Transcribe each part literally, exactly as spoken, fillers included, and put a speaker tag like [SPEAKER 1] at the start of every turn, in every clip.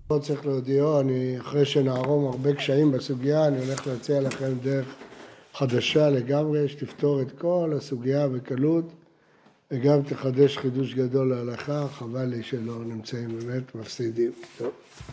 [SPEAKER 1] לא צריך להודיעו, אני אחרי שנערום הרבה קשיים בסוגיה, אני הולך להציע לכם דרך חדשה לגמרי, שתפתור את כל הסוגיה בקלות, וגם תחדש חידוש גדול להלכה, חבל לי שלא נמצאים באמת מפסידים. טוב.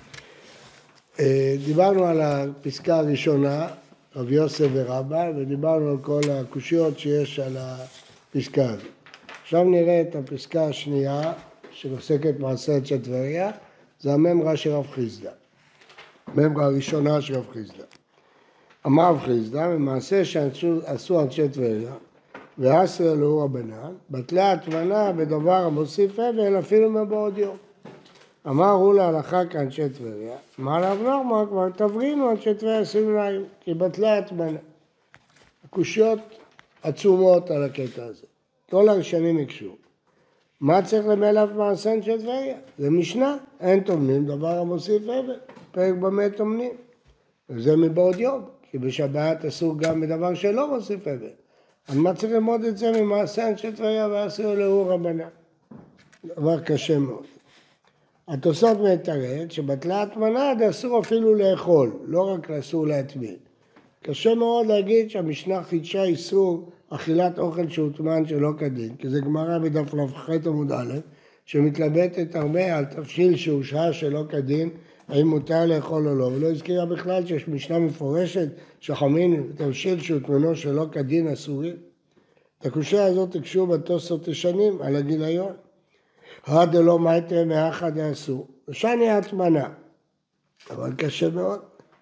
[SPEAKER 1] דיברנו על הפסקה הראשונה, רבי יוסף ורבא, ודיברנו על כל הקושיות שיש על הפסקה הזאת. עכשיו נראה את הפסקה השנייה, שעוסקת מעשרת של טבריה, זה הממרה של רב חיסדא. הממרה הראשונה של רב חיסדא. אמר רב חיסדא, במעשה שעשו אנשי טבריה, ועשרה לאור רבנן, בטלה הטמנה בדבר המוסיף אבל אפילו מבעוד יום. אמרו להלכה כאנשי טבריה, מה רב נחמן כבר תברינו אנשי טבריה סביבנו, כי בטלה הטמנה. הקושיות עצומות על הקטע הזה. כל הראשונים יקשו. מה צריך למלאף מעשה אנשי טבריה? זה משנה, אין טומנים דבר המוסיף אבל, פרק במה טומנים. וזה מבעוד יום, כי בשבת אסור גם בדבר שלא מוסיף אבל. אז מה צריך ללמוד את זה ממעשה אנשי טבריה ועשו לאור רבנן? דבר קשה מאוד. התוספות מתרץ שבטלה הטמנה זה אסור אפילו לאכול, לא רק אסור להטמין. קשה מאוד להגיד שהמשנה חידשה איסור אכילת אוכל שהוטמן שלא כדין, כי זה גמרא בדף ר"ח עמוד א', שמתלבטת הרבה על תבשיל שהושהה שלא כדין, האם מותר לאכול או לא, ולא הזכירה בכלל שיש משנה מפורשת שחמין תבשיל שהוטמנו שלא כדין אסורים. את הקושיה הזאת תקשו בתוספות ישנים על הגיליון. הד לא מייטר מאחד האסור. ושני ההטמנה, אבל קשה מאוד.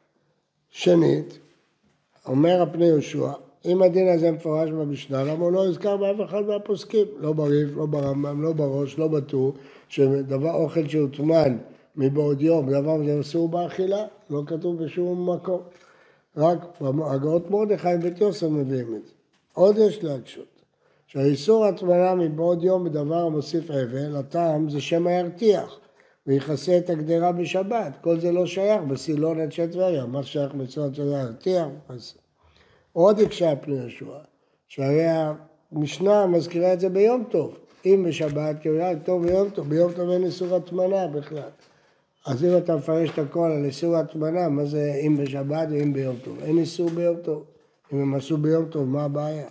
[SPEAKER 1] שנית, אומר הפני יהושע, אם הדין הזה מפורש במשנה, למה הוא לא יזכר באף אחד מהפוסקים? לא בריף, לא ברמב"ם, לא בראש, לא בטור, שדבר אוכל שהוטמן מבעוד יום, דבר זה אסור באכילה, לא כתוב בשום מקום. רק הגאות מרדכי בית יוסף מביאים את זה. עוד יש להקשות. שהאיסור הטמנה מבעוד יום בדבר המוסיף אבל, הטעם זה שמא ירתיח, ויחסה את הגדרה בשבת. כל זה לא שייך בסילון אנשי טבריה, מה שייך מצוות שזה ירתיח? עוד יקשה פני יהושע, שהרי המשנה מזכירה את זה ביום טוב. אם בשבת, כי טוב ביום טוב, ביום טוב אין איסור הטמנה בכלל. אז אם אתה מפרש את הכל על איסור הטמנה, מה זה אם בשבת ואם ביום טוב? אין איסור ביום טוב. אם הם עשו ביום טוב, מה הבעיה?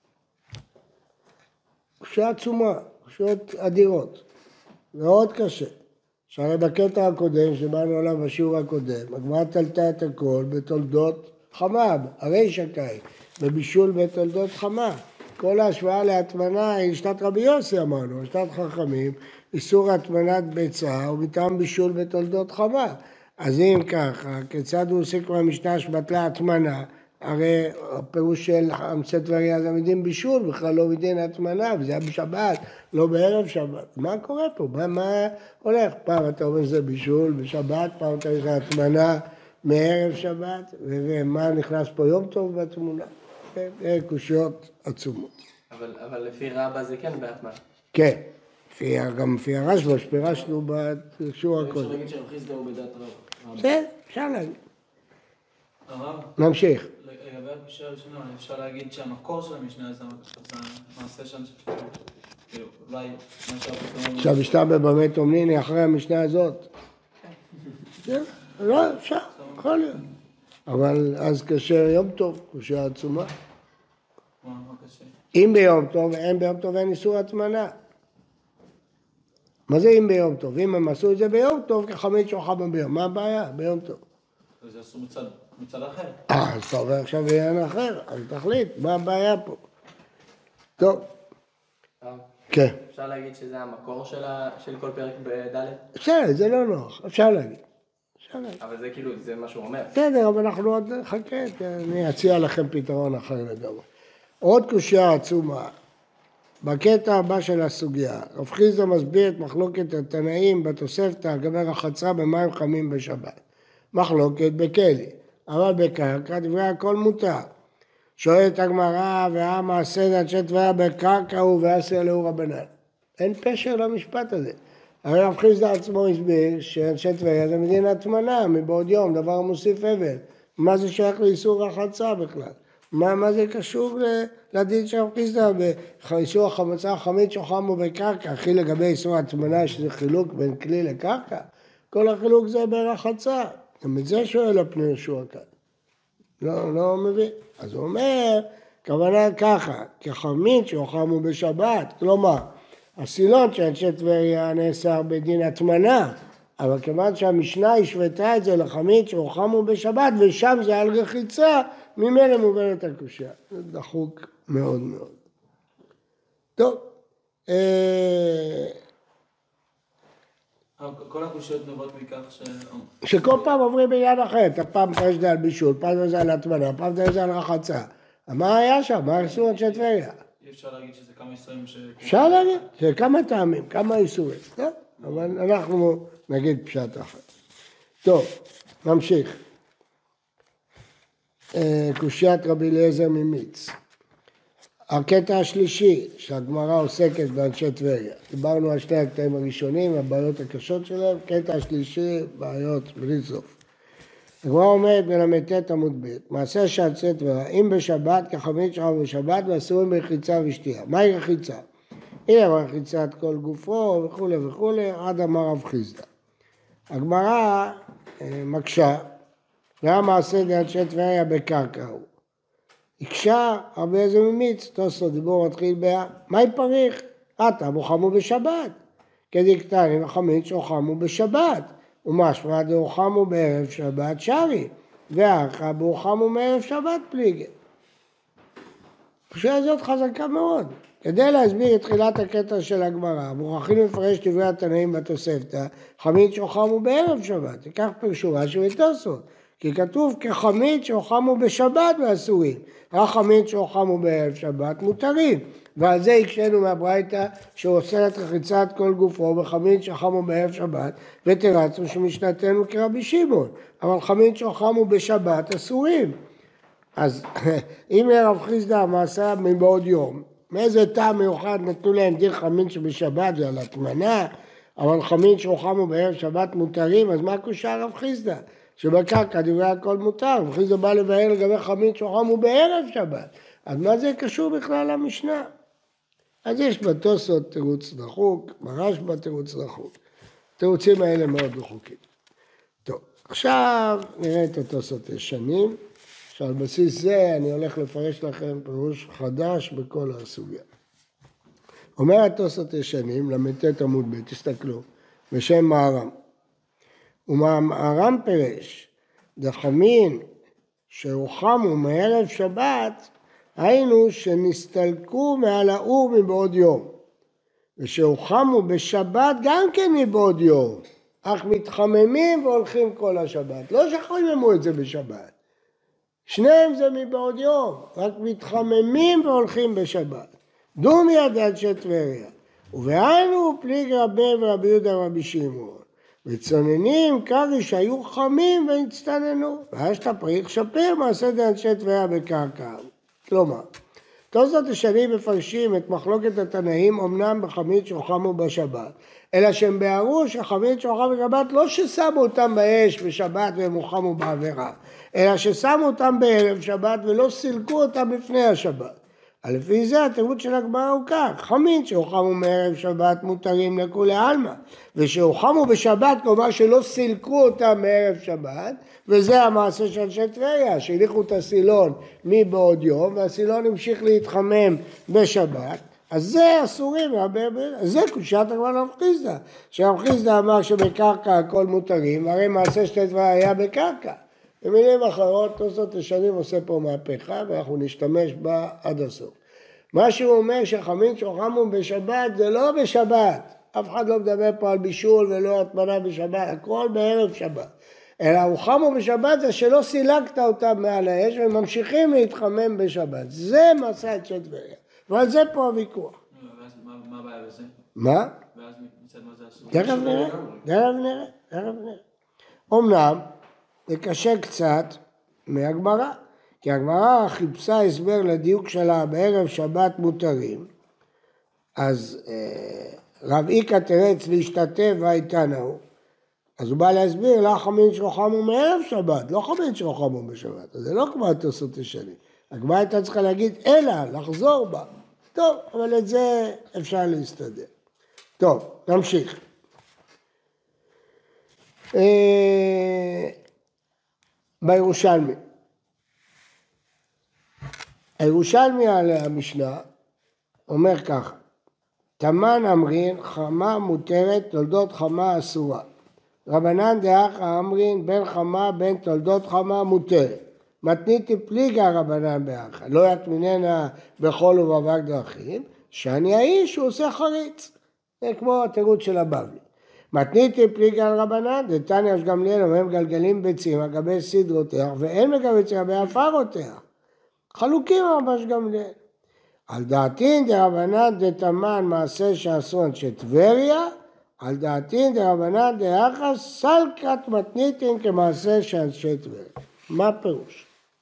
[SPEAKER 1] קושיה עצומה, קושיות אדירות. מאוד קשה. שהרי בקטע הקודם, שבאנו עליו בשיעור הקודם, הגמרא תלתה את הכל בתולדות חמה, הרי שקאי, בבישול בתולדות חמה. כל ההשוואה להטמנה היא שתת רבי יוסי אמרנו, שתת חכמים, איסור הטמנת ביצה ומטעם בישול בתולדות חמה. אז אם ככה, כיצד הוא עושה כבר משנה שבטלה הטמנה? הרי הפירוש של אנשי טבריה זה מדין בישול, בכלל לא מדין הטמנה, וזה היה בשבת, לא בערב שבת. מה קורה פה? מה, מה הולך? פעם אתה אומר שזה בישול בשבת, פעם אתה אומר הטמנה מערב שבת, ומה נכנס פה יום טוב בתמונה? זה קושיות עצומות.
[SPEAKER 2] אבל, אבל לפי רבא זה כן בהטמנה.
[SPEAKER 1] כן, לפי, גם לפי הרשב"א שפירשנו בשיעור הקודם.
[SPEAKER 3] אפשר להגיד שרב חיסדא הוא בדעת רבא.
[SPEAKER 1] כן, אפשר להגיד.
[SPEAKER 3] הרב?
[SPEAKER 1] נמשיך.
[SPEAKER 3] לגבי הפגישה הראשונה, אפשר להגיד שהמקור של המשנה הזה, מעשה שם כאילו, אולי מה שהפתרון...
[SPEAKER 1] שהמשנה בבמה טומנים היא אחרי המשנה הזאת. כן, לא, אפשר, יכול להיות. אבל אז קשה יום טוב, קשה עצומה.
[SPEAKER 3] מה קשה?
[SPEAKER 1] אם ביום טוב, אין ביום טוב, אין איסור הטמנה. מה זה אם ביום טוב? אם הם עשו את זה ביום טוב, כחמית שוחם ביום. מה הבעיה? ביום טוב.
[SPEAKER 3] זה עשו מצד, מצד אחר.
[SPEAKER 1] אה, אז אתה עובר עכשיו בעניין אחר, אז תחליט, מה הבעיה פה? טוב. כן.
[SPEAKER 2] אפשר להגיד שזה המקור של, ה... של כל פרק בד'?
[SPEAKER 1] בסדר, זה לא נוח, אפשר להגיד. אפשר להגיד.
[SPEAKER 2] אבל זה כאילו, זה מה שהוא אומר.
[SPEAKER 1] בסדר, אבל אנחנו עוד נחכה, אני אציע לכם פתרון אחר לגמרי. עוד קושיה עצומה, בקטע הבא של הסוגיה, רב חיסדא מסביר את מחלוקת התנאים בתוספתא לגבי רחצה במים חמים בשבת. מחלוקת בכלי, אבל בקרקע דברי הכל מותר. שואלת הגמרא, והמעשה לאנשי טבריה בקרקע הוא ועשה לאור רבנן. אין פשר למשפט הזה. הרי רב חיסדא עצמו הסביר שאנשי טבריה זה מדין הטמנה מבעוד יום, דבר מוסיף אבל. מה זה שייך לאיסור רחצה בכלל? מה, מה זה קשור לדין של רב חיסדא באיסור החמצה החמית שוחם ובקרקע? אחי לגבי איסור הטמנה שזה חילוק בין כלי לקרקע? כל החילוק זה ברחצה. גם את זה שואל הפני יהושע כאן. לא, לא מבין. אז הוא אומר, כוונה ככה, כחמין שהוחמו בשבת, כלומר, הסילון שאנשי טבריה נאסר בדין הטמנה, אבל כיוון שהמשנה השוותה את זה לחמין שהוחמו בשבת, ושם זה על רחיצה, ממילא מובנת הקושיה. זה דחוק מאוד מאוד. טוב.
[SPEAKER 3] כל הקושיות נובעות מכך ש...
[SPEAKER 1] שכל פעם עוברים בעניין אחר, הפעם יש זה על בישול, פעם זה על הטמנה, פעם זה על רחצה. מה היה שם? מה עשו אנשי טבריה?
[SPEAKER 3] אי אפשר להגיד שזה כמה איסורים ש...
[SPEAKER 1] אפשר להגיד, זה כמה טעמים, כמה איסורים, טוב? אבל אנחנו נגיד פשט אחת. טוב, נמשיך. קושיית רבי אליעזר ממיץ. הקטע השלישי שהגמרא עוסקת באנשי טבריה. דיברנו על שני הקטעים הראשונים, הבעיות הקשות שלהם, קטע השלישי, בעיות בלי סוף. הגמרא אומרת בל"ט עמוד ב', מעשה שאנשי טבריה, אם בשבת כחמין שחם בשבת ואסורים ברחיצה ושתייה. מהי רחיצה? הנה רחיצת כל גופו וכו' וכו', עד אמר רב חיסדא. הגמרא מקשה, והיה מעשה לאנשי טבריה בקרקע הוא. הקשה רבי אליעזר ממיץ, תוספות דיבור מתחיל בה, מהי פריך? עתה הוחמו בשבת, כדקטני וחמין שהוחמו בשבת, ומשמע דהוחמו בערב שבת שרי, ואחר בהוחמו מערב שבת פליגי. הפרשה הזאת חזקה מאוד. כדי להסביר את תחילת הקטע של הגמרא, מוכרחים לפרש דברי התנאים בתוספתא, חמין שהוחמו בערב שבת, וכך פירשו רש"י ותוספות. כי כתוב כחמין שהוחמו בשבת ואסורים, רק חמין שהוחמו בערב שבת מותרים, ועל זה הקשינו מהברייתא שאוסר את רחיצת כל גופו בחמין שהוחמו בערב שבת, ותרצנו שמשנתנו כרבי שמעון, אבל חמין שהוחמו בשבת אסורים. אז אם לרב חיסדא מעשה מבעוד יום, מאיזה טעם מיוחד נתנו להם דין חמין שבשבת ועל הטמנה, אבל חמין שהוחמו בערב שבת מותרים, אז מה קושה רב חיסדא? שבקרקע דברי הכל מותר, וכי זה בא לבאר לגבי חמין שהוחמו בערב שבת. אז מה זה קשור בכלל למשנה? אז יש בתוספות תירוץ דחוק, ברשב"א תירוץ דחוק. התירוצים האלה מאוד דחוקים. טוב, עכשיו נראה את התוספות הישנים, שעל בסיס זה אני הולך לפרש לכם פירוש חדש בכל הסוגיה. אומר התוספות הישנים, ל"ט עמוד ב', תסתכלו, בשם מהר"ם. ומהר"ם פירש, דחמין שהוחמו מערב שבת, היינו שנסתלקו מעל האור מבעוד יום, ושהוחמו בשבת גם כן מבעוד יום, אך מתחממים והולכים כל השבת. לא שחממו את זה בשבת, שניהם זה מבעוד יום, רק מתחממים והולכים בשבת. דומי יד אנשי טבריה, ובהיינו פליג רבי ורבי יהודה ורבי שמעון. וצוננים קרי שהיו חמים והצטננו, ואז תפריך שפר מעשה דאנשי טבריה בקרקע. כלומר, תוספות השנים מפרשים את מחלוקת התנאים אמנם בחמין שהוחמו בשבת, אלא שהם ביארו שחמין שהוחמו בשבת לא ששמו אותם באש בשבת והם הוחמו בעבירה, אלא ששמו אותם בערב שבת ולא סילקו אותם לפני השבת. לפי זה התירוץ של הגמרא הוא כך, חמין שהוחמו מערב שבת מותרים לכולי עלמא, ושהוחמו בשבת כלומר שלא סילקו אותם מערב שבת, וזה המעשה של אנשי טבריה, שהליכו את הסילון מבעוד יום, והסילון המשיך להתחמם בשבת, אז זה אסורים, זה קושיית הגמרא לרב חיסדא, שרב חיסדא אמר שבקרקע הכל מותרים, והרי מעשה של טבריה היה בקרקע. במילים אחרות, תוספות השנים עושה פה מהפכה, ואנחנו נשתמש בה עד הסוף. מה שהוא אומר שחמין שהוחמו בשבת, זה לא בשבת. אף אחד לא מדבר פה על בישול ולא הטמנה בשבת, הכל בערב שבת. אלא הוחמו בשבת זה שלא סילקת אותם מעל האש, והם ממשיכים להתחמם בשבת. זה מעשה אנשי טבריה. ועל זה פה הוויכוח.
[SPEAKER 3] מה הבעיה בזה?
[SPEAKER 1] מה?
[SPEAKER 3] ואז מצד מה זה אסור?
[SPEAKER 1] תכף נראה, תכף נראה, תכף נראה. אמנם, זה קשה קצת מהגמרא, כי הגמרא חיפשה הסבר לדיוק שלה בערב שבת מותרים, אז אה, רב איקה תרץ להשתתף והייתנו, אז הוא בא להסביר לה חמין שהוחמו מערב שבת, לא חמין שהוחמו בשבת, אז זה לא כמו התוספות השני. הגמרא הייתה צריכה להגיד אלא, לחזור בה. טוב, אבל את זה אפשר להסתדר. טוב, נמשיך. בירושלמי. הירושלמי על המשנה אומר ככה, תמן אמרין חמה מותרת תולדות חמה אסורה. רבנן דאחא אמרין בין חמה בין תולדות חמה מותרת. מתניתי פליגה רבנן באחא, לא יטמיננה בכל ובאבק דרכים, שאני האיש הוא עושה חריץ. זה כמו התירוץ של הבבלי. מתניתי פליגה על רבנן, דתניא יש גמליאל והם גלגלים ביצים על גבי סדרותיה, ואין מגביצים על גבי עפרותיה. חלוקים ממש גמליאל. על דעתין דרבנן דתמן מעשה שעשו אנשי טבריה, על דעתין דרבנן דאחא סלקת מתניתין כמעשה שאנשי טבריה. מה פירוש?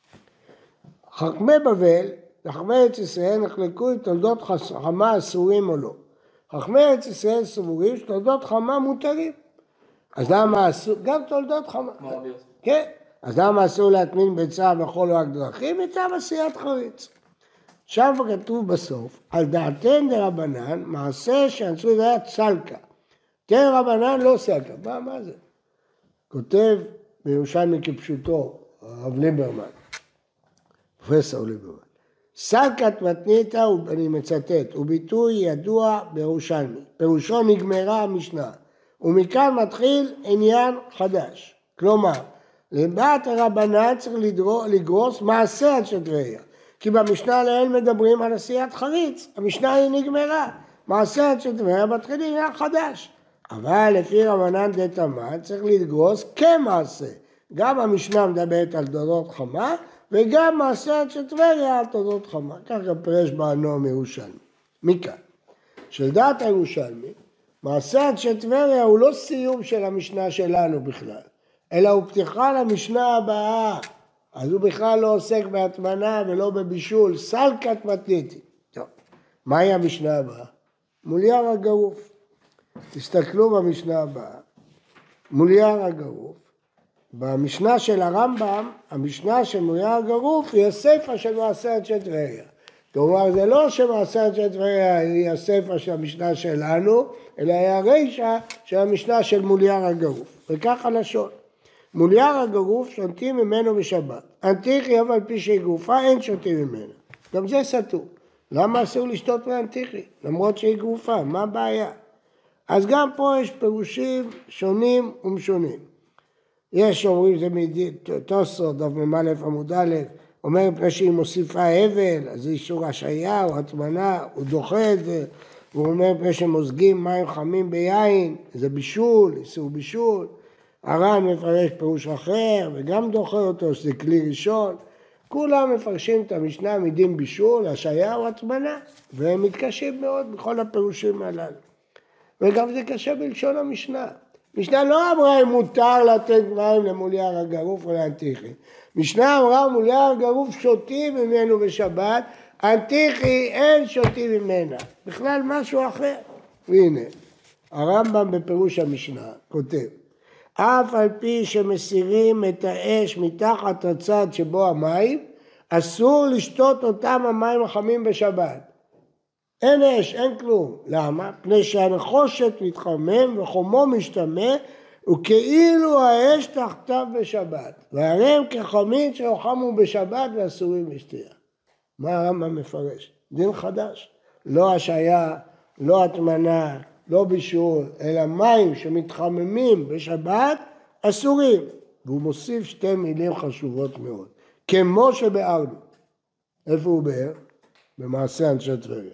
[SPEAKER 1] חכמי בבל, חכמי ארץ ישראל נחלקו עם תולדות חמה אסורים או לא. חכמי ארץ ישראל סבורים שתולדות חמה מותרים. אז למה אסור? גם תולדות חמה. כן. אז למה אסור להטמין ביצה בכל רק דרכים? מטעם עשיית חריץ. עכשיו כתוב בסוף, על דעתן דרבנן, מעשה שאנשו דעת סלקה. תן רבנן לא סלקה. מה, מה זה? כותב בירושלמי כפשוטו, הרב ליברמן, פרופסור ליברמן. סלקת מתניתא, אני מצטט, הוא ביטוי ידוע בירושלמי. פירושו נגמרה המשנה. ומכאן מתחיל עניין חדש. כלומר, לדעת הרבנן צריך לגרוס מעשה אנשי טבריה. כי במשנה לעיל מדברים על עשיית חריץ. המשנה היא נגמרה. מעשה אנשי טבריה מתחיל עניין חדש. אבל לפי רבנן דתמן צריך לגרוס כמעשה. גם המשנה מדברת על תולדות חמה, וגם מעשה אנשי טבריה על תולדות חמה. ככה פרש בענו ירושלמי. מכאן, שלדעת הירושלמי, מעשה אנשי טבריה הוא לא סיום של המשנה שלנו בכלל, אלא הוא פתיחה למשנה הבאה. אז הוא בכלל לא עוסק בהטמנה ולא בבישול, סלקת מתניתין. טוב, מהי המשנה הבאה? מולייר הגרוף. תסתכלו במשנה הבאה. מולייר הגרוף. במשנה של הרמב"ם, המשנה של מולייר הגרוף היא הסיפא של מעשה אנשי טבריה. כלומר, זה לא שמעשה אנשי טבריה היא הסיפא של המשנה שלנו, אלא היא הרישא של המשנה של מולייר הגרוף. וכך הלשון. מולייר הגרוף שותים ממנו בשבת. אנטיחי אבל פי שהיא גרופה אין שותים ממנו. גם זה סתום. למה אסור לשתות מאנטיחי? למרות שהיא גרופה, מה הבעיה? אז גם פה יש פירושים שונים ומשונים. יש שאומרים זה מתוספות, דף מ"א עמוד א', אומר מפני שהיא מוסיפה הבל, אז זה איסור השעיה או הטמנה, הוא דוחה את זה, הוא אומר מפני שמוזגים מים חמים ביין, זה בישול, איסור בישול. הר"ן מפרש פירוש אחר וגם דוחה אותו, שזה כלי ראשון. כולם מפרשים את המשנה מדין בישול, השעיה או הטמנה, והם מתקשים מאוד בכל הפירושים הללו. וגם זה קשה בלשון המשנה. משנה לא אמרה אם מותר לתת מים למולייר הגרוף או לאנטיחי. משנה אמרה מולייר הגרוף שותים ממנו בשבת, אנטיחי אין שותים ממנה. בכלל משהו אחר. והנה, הרמב"ם בפירוש המשנה כותב, אף על פי שמסירים את האש מתחת הצד שבו המים, אסור לשתות אותם המים החמים בשבת. אין אש, אין כלום. למה? פני שהנחושת מתחמם וחומו משתמע, וכאילו האש תחתיו בשבת. והרי הם כחמים שהוחמו בשבת ואסורים לשתייה. מה הרמב"ם מפרש? דין חדש. לא השעיה, לא הטמנה, לא בישול, אלא מים שמתחממים בשבת אסורים. והוא מוסיף שתי מילים חשובות מאוד. כמו שבארנו. איפה הוא באר? במעשה אנשי טבריה.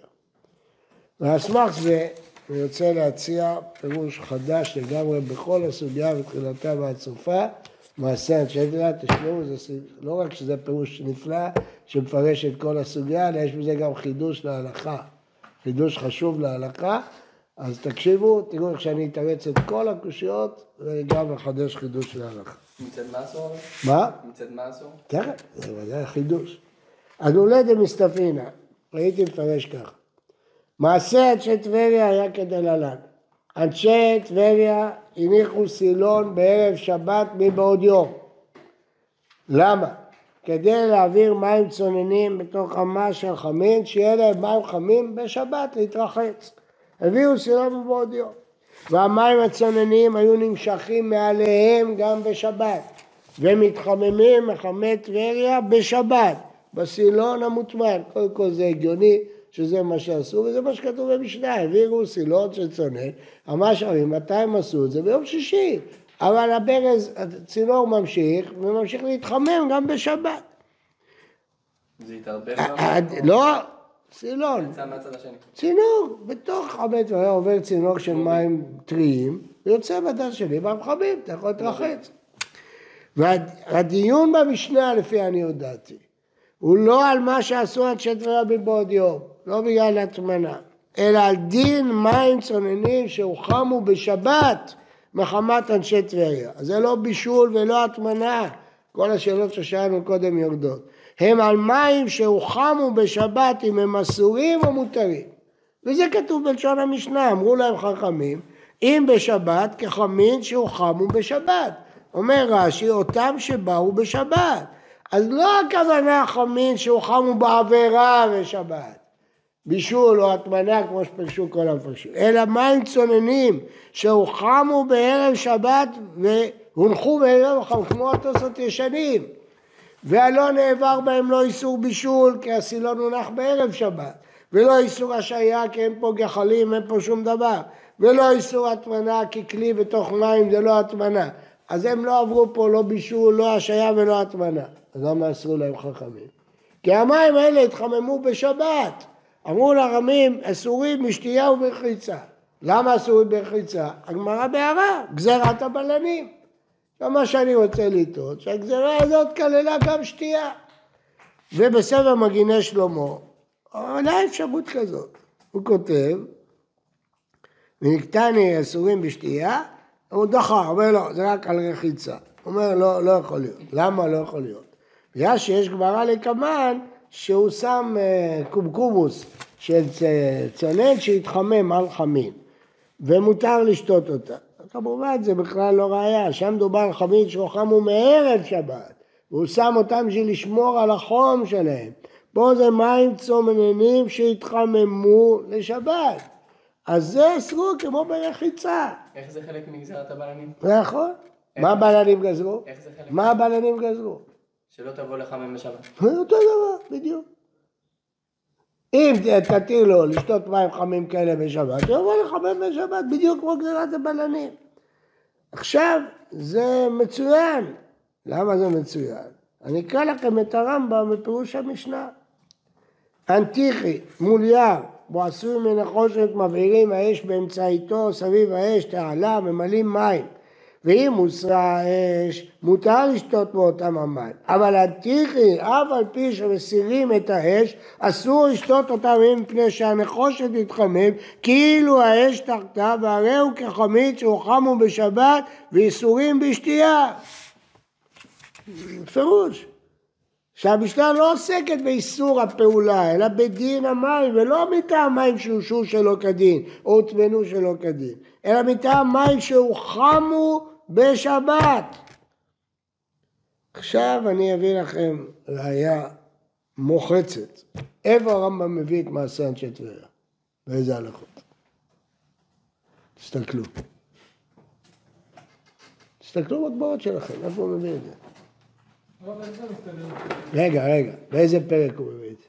[SPEAKER 1] והסמך זה, אני רוצה להציע פירוש חדש לגמרי בכל הסוגיה בתחילתה ועד סופה, מעשה אנשי טבריה, תשמעו, זה לא רק שזה פירוש נפלא שמפרש את כל הסוגיה, אלא יש בזה גם חידוש להלכה, חידוש חשוב להלכה, אז תקשיבו, תראו איך שאני אתרץ את כל הקושיות וגם לחדש חידוש להלכה.
[SPEAKER 2] מצד מה אסור?
[SPEAKER 1] מה?
[SPEAKER 2] מצד מה אסור?
[SPEAKER 1] ככה, זה ודאי חידוש. אז אולי דמסתפינה, הייתי מפרש ככה. מעשה אנשי טבריה היה כדלהלן. אנשי טבריה הניחו סילון בערב שבת מבעוד יום. למה? כדי להעביר מים צוננים בתוך אמה של חמין, שיהיה להם מים חמים בשבת להתרחץ. הביאו סילון מבעוד יום. והמים הצוננים היו נמשכים מעליהם גם בשבת, ומתחממים מחמי טבריה בשבת, בסילון המוטמן. קודם כל זה הגיוני שזה מה שעשו, וזה מה שכתוב במשנה, העבירו סילון של צונן, המשאבים, מתי הם עשו את זה? ביום שישי, אבל הברז, הצינור ממשיך, וממשיך להתחמם גם בשבת.
[SPEAKER 2] זה התערבב גם?
[SPEAKER 1] לא, סילון.
[SPEAKER 2] יצא מהצד השני.
[SPEAKER 1] צינור, בתוך חמי טבריה עובר צינור של מים טריים, ויוצא בצד שני, והמחמים, אתה יכול להתרחץ. והדיון במשנה, לפי אני הודעתי, הוא לא על מה שעשו אנשי טבריה מבעוד יום, לא בגלל הטמנה, אלא על דין מים צוננים שהוחמו בשבת מחמת אנשי טבריה. אז זה לא בישול ולא הטמנה, כל השאלות ששאלנו קודם יורדות. הם על מים שהוחמו בשבת אם הם אסורים או מותרים. וזה כתוב בלשון המשנה, אמרו להם חכמים, אם בשבת כחמין שהוחמו בשבת. אומר רש"י, אותם שבאו בשבת. אז לא הכוונה חמין שהוחמו בעבירה בשבת, בישול או הטמנה כמו שפרשו כל המפרשים, אלא מים צוננים שהוחמו בערב שבת והונחו בערב חם, כמו התוספות ישנים, והלא נעבר בהם לא איסור בישול כי הסילון הונח בערב שבת, ולא איסור השעיה כי אין פה גחלים, אין פה שום דבר, ולא איסור הטמנה כי כלי בתוך מים זה לא הטמנה. אז הם לא עברו פה לא בישול, לא השעיה ולא הטמנה. אז למה אסרו להם חכמים? כי המים האלה התחממו בשבת. אמרו לרמים, אסורים משתייה וברחיצה. למה אסורים ברחיצה? הגמרא בהערה, גזירת הבלנים. מה שאני רוצה לטעות, שהגזירה הזאת כללה גם שתייה. ובספר מגיני שלמה, עולה אפשרות כזאת. הוא כותב, ונקטני אסורים בשתייה, הוא דחה, אומר לו, זה רק על רחיצה. הוא אומר, לא, לא יכול להיות. למה לא יכול להיות? בגלל שיש גמרא לקמן, שהוא שם קומקומוס של צונן שהתחמם על חמין, ומותר לשתות אותה. כמובן זה בכלל לא ראיה, שם דובר על חמין שהוחמו מערב שבת, והוא שם אותם בשביל לשמור על החום שלהם. פה זה מים צוננים שהתחממו לשבת. אז זה אסרו כמו ברחיצה.
[SPEAKER 2] איך זה חלק מגזרת הבלנים?
[SPEAKER 1] נכון. מה הבלנים גזרו?
[SPEAKER 2] איך זה חלק?
[SPEAKER 1] מה הבלנים גזרו?
[SPEAKER 2] שלא תבוא לחמם בשבת.
[SPEAKER 1] אותו דבר, בדיוק. אם תתיר לו לשתות מים חמים כאלה בשבת, הוא יבוא לחמם בשבת, בדיוק כמו גזירת הבלנים. עכשיו, זה מצוין. למה זה מצוין? אני אקרא לכם את הרמב"ם מפירוש המשנה. אנטיחי, מול יער, בו עשוי מנחושת מבעירים האש באמצעיתו, סביב האש תעלה, ממלאים מים. ואם הוסרה האש, מותר לשתות באותם המים. אבל אנטיחי, אף על פי שמסירים את האש, אסור לשתות אותם מפני שהנחושת מתחמם, כאילו האש תחתה, והרי הוא כחמית שהוחמו בשבת ואיסורים בשתייה. פירוש. שהמשנה לא עוסקת באיסור הפעולה, אלא בדין המים, ולא מטעם מים שהושו שלא כדין, או הוטמנו שלא כדין, אלא מטעם מים שהוחמו בשבת. עכשיו אני אביא לכם ראיה מוחצת. איפה הרמב"ם מביא את מעשה אנשי טבריה? באיזה הלכות? תסתכלו. תסתכלו בגמרות שלכם, איפה הוא מביא את זה? רגע, רגע, באיזה פרק הוא מביא את זה?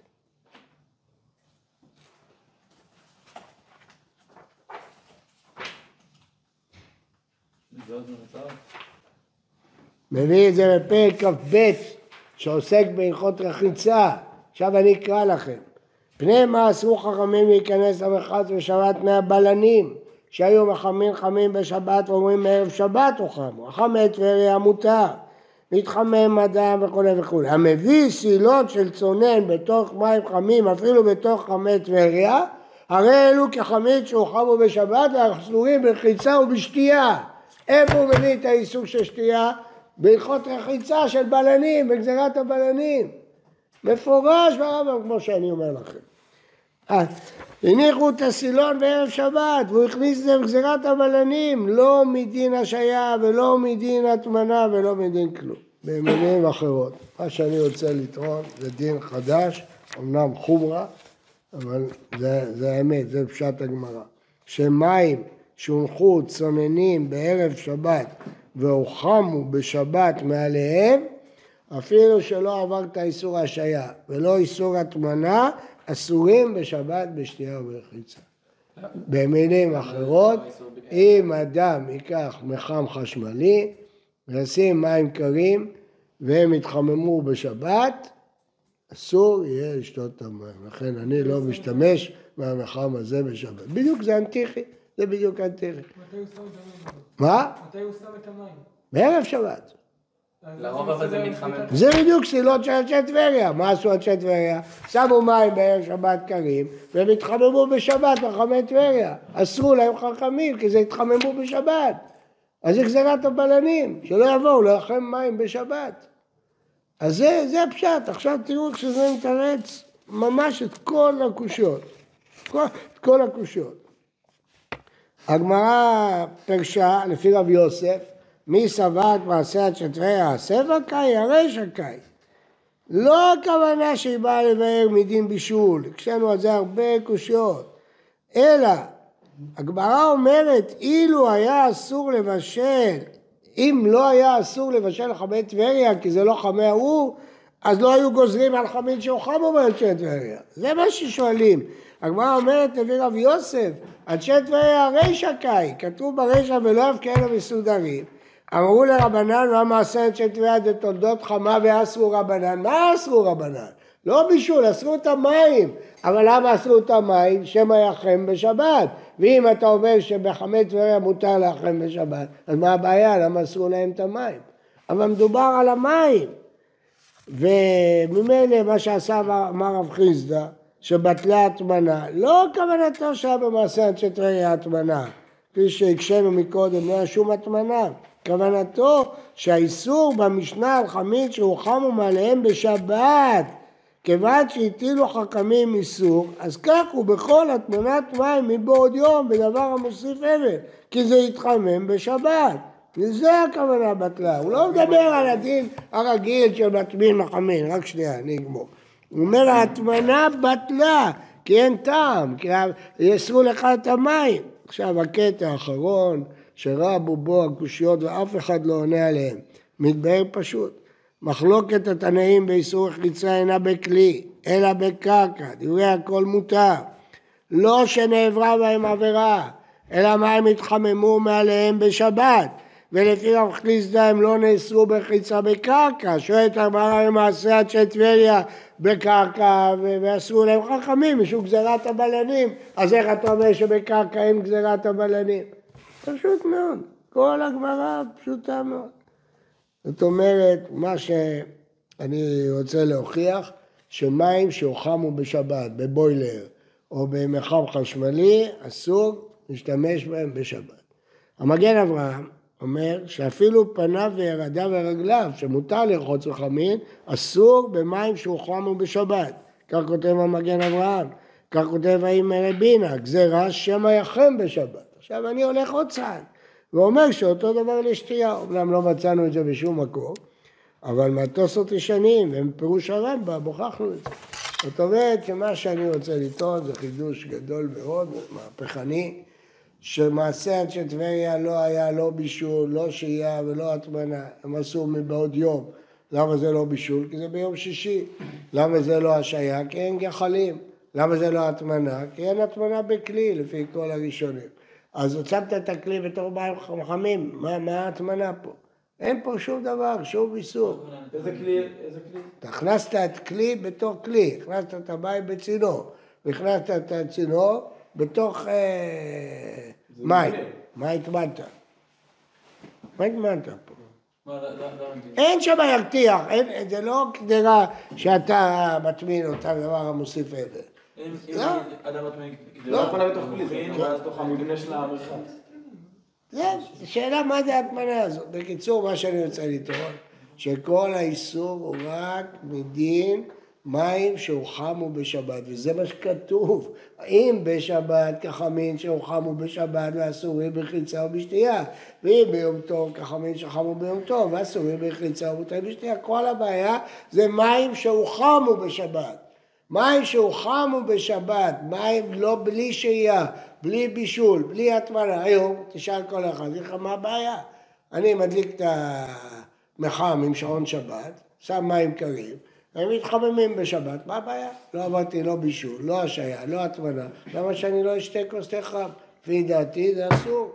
[SPEAKER 1] מביא את זה בפרק כ"ב שעוסק בהלכות רחיצה. עכשיו אני אקרא לכם. פני מה אסרו חכמים להיכנס למרחץ בשבת מהבלנים שהיו מחמים חמים בשבת ואומרים מערב שבת הוחמו. החמי טבריה מותר. מתחמם אדם וכו' וכו'. המביא סילות של צונן בתוך מים חמים, אפילו בתוך חמי טבריה, הרי אלו כחמית שהוחמו בשבת ואסורים ברחיצה ובשתייה. איפה הוא מביא את האיסור של שתייה? בהלכות רחיצה של בלנים, בגזירת הבלנים. מפורש ברמב"ם כמו שאני אומר לכם. הניחו את הסילון בערב שבת, והוא הכניס את זה בגזירת הבלנים, לא מדין השעיה ולא מדין הטמנה ולא מדין כלום. במילים אחרות, מה שאני רוצה לטעון זה דין חדש, אמנם חומרה, אבל זה, זה האמת, זה פשט הגמרא. שמים שהונחו צוננים בערב שבת והוחמו בשבת מעליהם, אפילו שלא עברת איסור השעיה ולא איסור הטמנה, אסורים בשבת בשתייה וברחיצה. במילים אחרות, אם אדם ייקח מחם חשמלי, וישים מים קרים והם יתחממו בשבת, אסור יהיה לשתות את המים. לכן אני לא משתמש מהמחם הזה בשבת. בדיוק זה אנטיחי, זה בדיוק אנטיחי.
[SPEAKER 4] מתי הוא שם את המים?
[SPEAKER 1] מה?
[SPEAKER 4] מתי הוא שם את המים?
[SPEAKER 1] בערב שבת.
[SPEAKER 2] לרוב אבל זה מתחמם.
[SPEAKER 1] זה בדיוק סטילות של אנשי טבריה. מה עשו אנשי טבריה? שמו מים בערב שבת קרים, והם התחממו בשבת בחמי טבריה. אסרו להם חכמים, כי זה התחממו בשבת. אז זה גזירת הבלנים, שלא יבואו לכם מים בשבת. אז זה, זה הפשט. עכשיו תראו כשזה מתרץ ממש את כל הקושיות. כל, את כל הקושיות. הגמרא פרשה, לפי רב יוסף, מי סבר את מעשה עד שטבריה, הסבע קאי, הריש הקאי. לא הכוונה שהיא באה לבאר מדין בישול, הקשנו על זה הרבה קושיות, אלא הגמרא אומרת, אילו היה אסור לבשל, אם לא היה אסור לבשל חמי טבריה, כי זה לא חמי ההוא, אז לא היו גוזרים על חמין שהוחמו באנשי טבריה. זה מה ששואלים. הגמרא אומרת לפי רב יוסף, אנשי טבריה הריש הקאי, כתוב ברישא ולא אף כאלה מסודרים. אמרו לרבנן, מה מעשה אנשי טבריה זה תולדות חמה ואסרו רבנן? מה אסרו רבנן? לא בישול, אסרו את המים. אבל למה אסרו את המים? שמא יחם בשבת. ואם אתה אומר שבחמי טבריה מותר להחם בשבת, אז מה הבעיה? למה אסרו להם את המים? אבל מדובר על המים. וממילא מה שעשה אמר רב חיסדא, שבטלה הטמנה, לא כוונתו שהיה במעשה אנשי טבריה הטמנה, כפי שהקשנו מקודם, לא היה שום הטמנה. כוונתו שהאיסור במשנה על חמין שהוחמו מעליהם בשבת, כיוון שהטילו חכמים איסור, אז כך הוא בכל הטמנת מים מבעוד יום בדבר המוסיף אבל, כי זה יתחמם בשבת. וזה הכוונה בטלה. הוא לא מדבר על הדין הרגיל של מטמין מחמין, רק שנייה, אני אגמור. הוא אומר, ההטמנה בטלה, כי אין טעם, כי יאסרו לך את המים. עכשיו הקטע האחרון, שרבו בו הקושיות ואף אחד לא עונה עליהם, מתבהר פשוט. מחלוקת התנאים באיסור רחיצה אינה בכלי, אלא בקרקע, דברי הכל מותר. לא שנעברה בהם עבירה, אלא מה הם התחממו מעליהם בשבת, ולפי רב חיסדא הם לא נאסרו ברחיצה בקרקע. שואלת הגמרא למעשה עד שטבריה בקרקע ואסרו להם חכמים משום גזירת הבלנים, אז איך אתה אומר שבקרקע אין גזירת הבלנים? פשוט מאוד, כל הגמרא פשוטה מאוד. זאת אומרת, מה שאני רוצה להוכיח, שמים שהוחמו בשבת, בבוילר או במחם חשמלי, אסור להשתמש בהם בשבת. המגן אברהם אומר שאפילו פניו וירדיו ורגליו, שמותר לרחוץ בחמין, אסור במים שהוחמו בשבת. כך כותב המגן אברהם, כך כותב האמא רבינה, גזירה שמא יחם בשבת. עכשיו אני הולך עוד צעד, ואומר שאותו דבר לשתייה, אומנם לא מצאנו את זה בשום מקום, אבל מהתוספות ישנים, והם פירוש הרמב"ם, הוכחנו את זה. זאת אומרת שמה שאני רוצה לטעון זה חידוש גדול מאוד, מהפכני, שמעשה עד שטבריה לא היה לא בישול, לא שהייה ולא הטמנה, הם עשו מבעוד יום. למה זה לא בישול? כי זה ביום שישי. למה זה לא השעיה? כי אין גחלים. למה זה לא הטמנה? כי אין הטמנה בכלי, לפי כל הראשונים. אז הוצבת את הכלי בתור מים חמים, מה, מה ההטמנה פה? אין פה שום דבר, שום איסור.
[SPEAKER 3] איזה כלי? איזה כלי?
[SPEAKER 1] אתה הכנסת את כלי בתור כלי, הכנסת את המים בצינור, והכנסת את הצינור בתוך אה, מים. מה הטמנת? מה הטמנת פה? אין שם ירתיח, אין, זה לא קדרה שאתה מטמין אותה דבר המוסיף עבר.
[SPEAKER 3] אם אדם מטמין, זה לא פונה בתוך כלי, ואז בתוך המבנה של המרחב.
[SPEAKER 1] זה, שאלה מה זה ההטמנה הזאת. בקיצור, מה שאני רוצה לטעון, שכל האיסור הוא רק מדין מים שהוחמו בשבת, וזה מה שכתוב. אם בשבת כחמין שהוחמו בשבת ואסורים ברחיצה ובשתייה, ואם ביום טוב כחמין שהוחמו ביום טוב ואסורים ברחיצה ובשתייה, כל הבעיה זה מים שהוחמו בשבת. מים שהוחמו בשבת, מים לא בלי שהייה, בלי בישול, בלי הטמנה, היום תשאל כל אחד, אני לך מה הבעיה? אני מדליק את המחם עם שעון שבת, שם מים קרים, הם מתחממים בשבת, מה הבעיה? לא עברתי לא בישול, לא השעיה, לא הטמנה, למה שאני לא אשתה כוס תה חם? לפי דעתי זה אסור,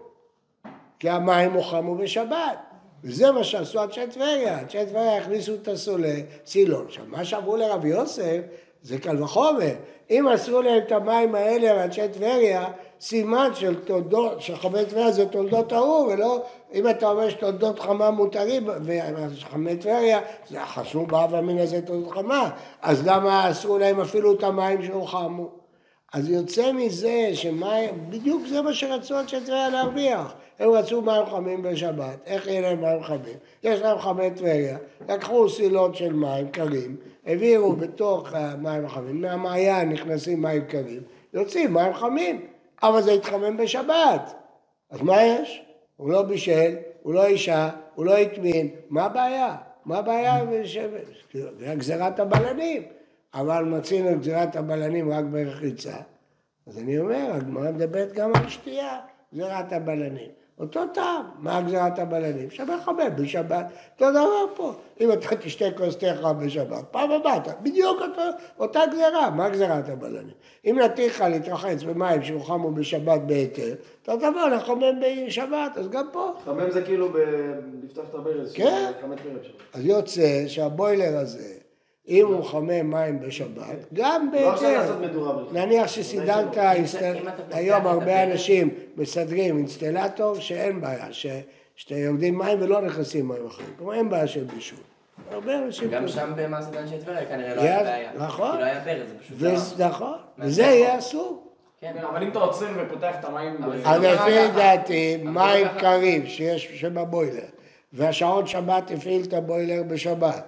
[SPEAKER 1] כי המים הוחמו בשבת. וזה מה שעשו אנשי טבריה, אנשי טבריה הכניסו את הסולה, סילון. עכשיו, מה שאמרו לרב יוסף, זה קל וחומר. אם עשו להם את המים האלה לאנשי טבריה, סימן של תולדות, של חמי טבריה זה תולדות ההוא, ולא, אם אתה אומר שתולדות חמה מותרים, וחמי טבריה, זה חשוב באב המין הזה תולדות חמה, אז למה עשו להם אפילו את המים שהוחמו? אז יוצא מזה שמים, בדיוק זה מה שרצו אנשי טבריה להרוויח. הם רצו מים חמים בשבת, איך יהיה להם מים חמים? יש להם חמי טבריה, לקחו סילות של מים קרים, העבירו בתוך המים החמים, מהמעיין נכנסים מים קרים, יוצאים מים חמים, אבל זה התחמם בשבת. אז מה יש? הוא לא בישל, הוא לא אישה, הוא לא הטמין, מה הבעיה? מה הבעיה? זה גזירת הבלנים, אבל מצינו את גזירת הבלנים רק ברחיצה. אז אני אומר, הגמרא מדברת גם על שתייה, גזירת הבלנים. אותו טעם, מה גזירת הבלנים? שווה חמם בשבת, אותו דבר פה. אם אתה תשתה כוס תה חם בשבת, פעם הבאה, בדיוק אותו, אותה גזירה, מה גזירת הבלנים? אם נתיך להתרחץ במים שהוחמו בשבת בהיתר, אתה תבוא לחמם בשבת, אז גם פה.
[SPEAKER 5] חמם זה כאילו לפתוח את הברז.
[SPEAKER 1] כן, אז יוצא שהבוילר הזה, אם הוא חמם מים בשבת, גם בהיתר, נניח שסידרת, היום הרבה אנשים מסדרים אינסטלטור שאין בעיה, שאתם יורדים מים ולא נכנסים מים אחרים, כלומר אין בעיה של בישול. הרבה אנשים...
[SPEAKER 2] גם שם במעשת אנשי טבריה כנראה לא היה בעיה.
[SPEAKER 1] נכון.
[SPEAKER 2] כי לא היה ברז, זה פשוט...
[SPEAKER 1] נכון, וזה יהיה אסור.
[SPEAKER 5] אבל אם אתה עוצר ופותח את המים...
[SPEAKER 1] אז לפי דעתי, מים קרים שיש בבוילר, והשעון שבת הפעיל את הבוילר בשבת.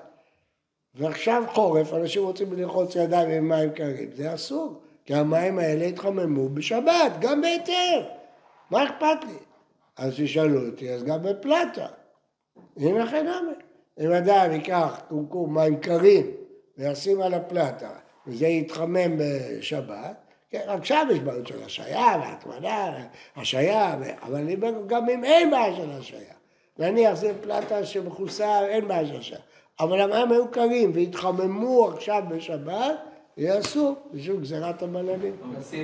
[SPEAKER 1] ועכשיו חורף, אנשים רוצים ללחוץ ידיים עם מים קרים, זה אסור, כי המים האלה התחממו בשבת, גם בהיתר, מה אכפת לי? אז תשאלו אותי, אז גם בפלטה, הנה חינמי, אם אדם ייקח קומקום מים קרים וישים על הפלטה, וזה יתחמם בשבת, כן, רק שם יש בעיות של השעיה והתמדה, השעיה, אבל גם אם אין בעיה של השעיה, נניח זה פלטה שמחוסה, אין בעיה של השעיה, אבל המים היו קרים והתחממו עכשיו בשבת, יהיה אסור, בשביל גזירת הבלנים.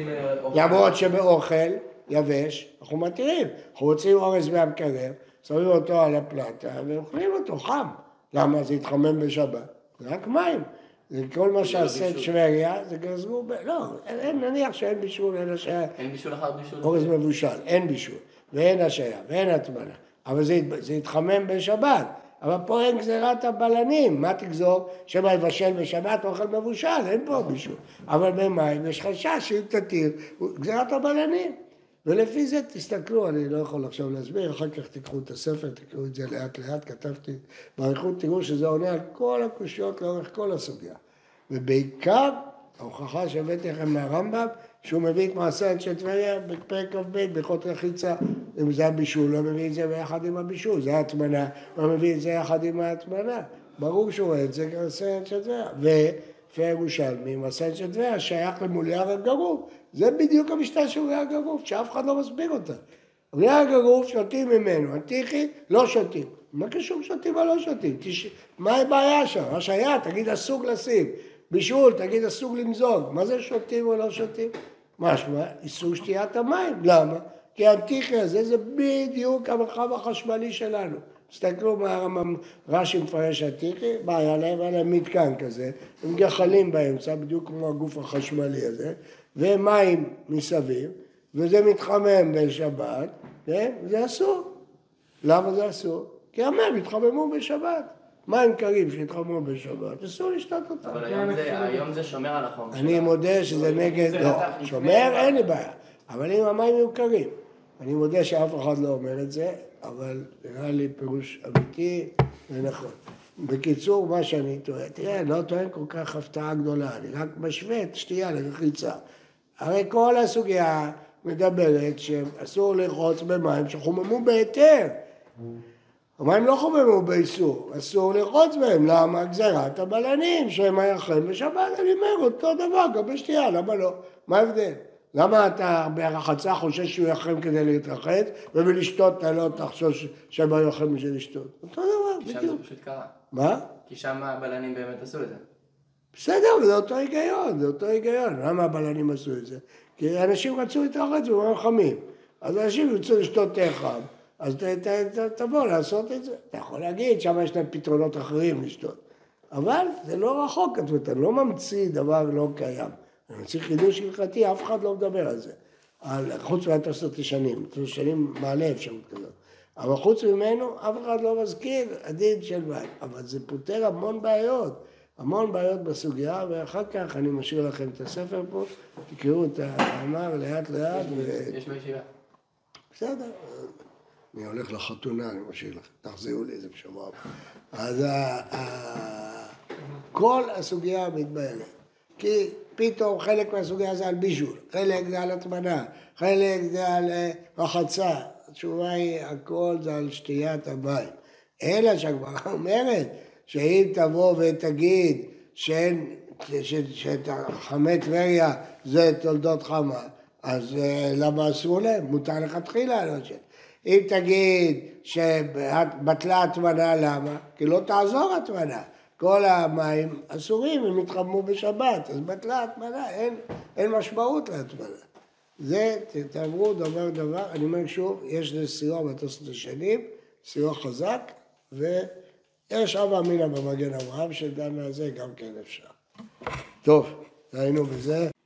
[SPEAKER 1] למרות שבאוכל יבש, אנחנו מתירים. אנחנו רוצים אורז מהמקרר, שמים אותו על הפלטה ואוכלים אותו חם. למה? זה התחמם בשבת. זה רק מים. זה כל מה שעשה את שווריה, זה גזרו ב... לא, אין, נניח שאין בישול, אין השעיה.
[SPEAKER 2] אין בישול אחר בישול.
[SPEAKER 1] אורז מבושל, אין בישול, ואין השעיה, ואין הטמנה. אבל זה, זה התחמם בשבת. אבל פה אין גזירת הבלנים, מה תגזור? שמה יבשל בשבת אוכל מבושל, אין פה בישול. אבל במים יש חשש שאם תתיר, גזירת הבלנים. ולפי זה תסתכלו, אני לא יכול עכשיו להסביר, אחר כך תקחו את הספר, תקראו את זה לאט לאט, כתבתי בעריכות, תראו שזה עונה על כל הקושיות לאורך כל הסוגיה. ובעיקר, ההוכחה שהבאתי לכם מהרמב"ם, שהוא מביא את מעשה אנשי טבריה בפרק כ"ב, בהלכות רחיצה, אם זה הבישול, לא מביא את זה ביחד עם הבישול, זה ההטמנה, לא מביא את זה יחד עם ההטמנה. ברור שהוא רואה את זה כמעשה אנשי טבריה. ולפי הירושלמי, מעשה אנשי טבריה שייך למולייר הגרוף. זה בדיוק המשנה של מולייר הגרוף, שאף אחד לא מסביר אותה. מולייר הגרוף שותים ממנו, אנטיחי לא שותים. מה קשור שותים או לא שותים? תש... מה הבעיה שם? מה שהיה, תגיד אסור לשים. בישול, תגיד אסור למזוג. מה זה שותים או לא שותים? משמע, איסור שתיית המים. למה? כי האנטיחי הזה זה בדיוק המרחב החשמלי שלנו. תסתכלו מה רש"י מפרש אנטיחי, מה היה להם? היה להם מתקן כזה, עם גחלים באמצע, בדיוק כמו הגוף החשמלי הזה, ומים מסביב, וזה מתחמם בשבת, כן? זה אסור. למה זה אסור? כי המים התחממו בשבת. מים קרים שהתחממו בשבת, אסור לשתות אותם.
[SPEAKER 2] אבל היום זה שומר על החום.
[SPEAKER 1] אני מודה שזה נגד, לא, שומר אין לי בעיה, אבל אם המים יהיו קרים, אני מודה שאף אחד לא אומר את זה, אבל נראה לי פירוש אמיתי ונכון. בקיצור, מה שאני טוען, תראה, לא טוען כל כך הפתעה גדולה, אני רק משווה את שתייה לרחיצה. הרי כל הסוגיה מדברת שאסור לרחוץ במים שחוממו בהיתר. המים לא חוממו באיסור, אסור לרחוץ בהם, למה? גזירת הבלנים שהם היחם בשבת, אני אומר אותו דבר, גם בשתייה, למה לא? מה ההבדל? למה אתה ברחצה חושש שהוא יחם כדי להתרחץ, ובלשתות אתה לא תחשוש שהם היחם בשביל לשתות? אותו דבר,
[SPEAKER 2] כי שם
[SPEAKER 1] בדיוק.
[SPEAKER 2] זה פשוט קרה.
[SPEAKER 1] מה?
[SPEAKER 2] כי שם הבלנים באמת עשו את זה.
[SPEAKER 1] בסדר, זה אותו היגיון, זה אותו היגיון. למה הבלנים עשו את זה? כי אנשים רצו להתרחץ במים חמים. אז אנשים ירצו לשתות תה חם, אז ת, ת, ת, תבוא לעשות את זה. אתה יכול להגיד, שם יש להם פתרונות אחרים לשתות. אבל זה לא רחוק, אתה לא ממציא דבר לא קיים. אני ממציא חידוש הלכתי, אף אחד לא מדבר על זה. על, חוץ מהתוספות ישנים, תוספות ישנים מעלה אפשרות כזאת. אבל חוץ ממנו, אף אחד לא מזכיר הדין של מים. אבל זה פותר המון בעיות. המון בעיות בסוגיה, ואחר כך אני משאיר לכם את הספר פה, תקראו את המאמר לאט לאט.
[SPEAKER 2] יש בישיבה.
[SPEAKER 1] בסדר, אני הולך לחתונה, אני משאיר לכם, תחזירו לי את זה בשבוע הבא. אז כל הסוגיה מתביינת, כי פתאום חלק מהסוגיה זה על בישול, חלק זה על הטמנה, חלק זה על רחצה, התשובה היא, הכל זה על שתיית המים. אלא שהגמרא אומרת, שאם תבוא ותגיד שאין, שאת חמי טבריה זה תולדות חמה, אז למה אסור להם? מותר לכתחילה, לא ש... אם תגיד שבטלה הטמנה, למה? כי לא תעזור הטמנה. כל המים אסורים, הם יתחמו בשבת, אז בטלה הטמנה, אין, אין משמעות להטמנה. זה, תאמרו דבר דבר, אני אומר שוב, יש לזה סיוע בתוספות השנים, סיוע חזק, ויש אבא אמינא במגן אברהם שדן על זה גם כן אפשר. טוב, ראינו בזה.